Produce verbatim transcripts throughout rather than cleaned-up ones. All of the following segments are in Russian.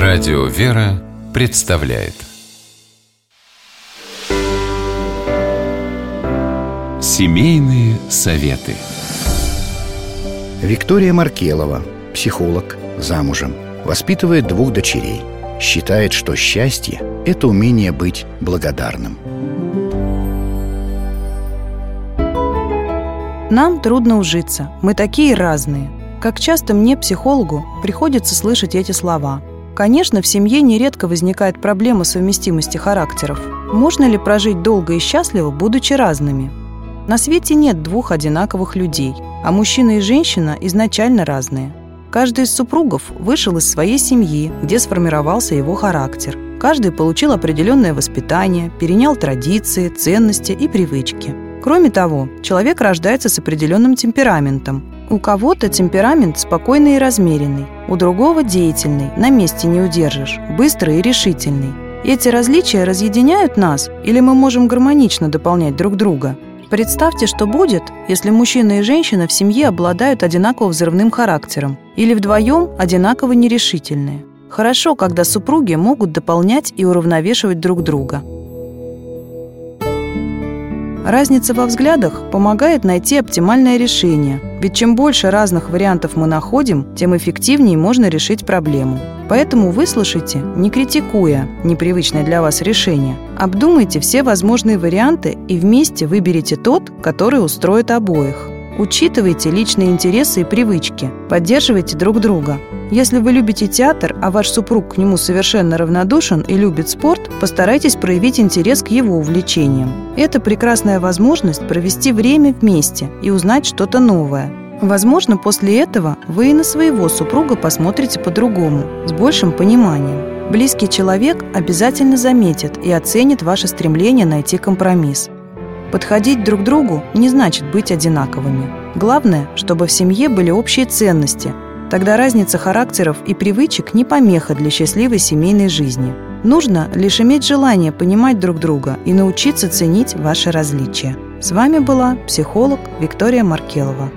Радио «Вера» представляет Семейные советы. Виктория Маркелова, психолог, замужем, воспитывает двух дочерей. Считает, что счастье – это умение быть благодарным. Нам трудно ужиться, мы такие разные. Как часто мне, психологу, приходится слышать эти слова. Конечно, в семье нередко возникает проблема совместимости характеров. Можно ли прожить долго и счастливо, будучи разными? На свете нет двух одинаковых людей, а мужчина и женщина изначально разные. Каждый из супругов вышел из своей семьи, где сформировался его характер. Каждый получил определенное воспитание, перенял традиции, ценности и привычки. Кроме того, человек рождается с определенным темпераментом. У кого-то темперамент спокойный и размеренный, у другого деятельный, на месте не удержишь, быстрый и решительный. Эти различия разъединяют нас, или мы можем гармонично дополнять друг друга? Представьте, что будет, если мужчина и женщина в семье обладают одинаково взрывным характером или вдвоем одинаково нерешительные. Хорошо, когда супруги могут дополнять и уравновешивать друг друга. Разница во взглядах помогает найти оптимальное решение, ведь чем больше разных вариантов мы находим, тем эффективнее можно решить проблему. Поэтому выслушайте, не критикуя непривычное для вас решение. Обдумайте все возможные варианты и вместе выберите тот, который устроит обоих. Учитывайте личные интересы и привычки, поддерживайте друг друга. Если вы любите театр, а ваш супруг к нему совершенно равнодушен и любит спорт, постарайтесь проявить интерес к его увлечениям. Это прекрасная возможность провести время вместе и узнать что-то новое. Возможно, после этого вы и на своего супруга посмотрите по-другому, с большим пониманием. Близкий человек обязательно заметит и оценит ваше стремление найти компромисс. Подходить друг к другу не значит быть одинаковыми. Главное, чтобы в семье были общие ценности. Тогда разница характеров и привычек не помеха для счастливой семейной жизни. Нужно лишь иметь желание понимать друг друга и научиться ценить ваши различия. С вами была психолог Виктория Маркелова.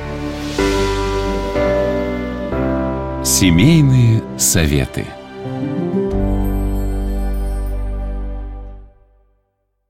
Семейные советы.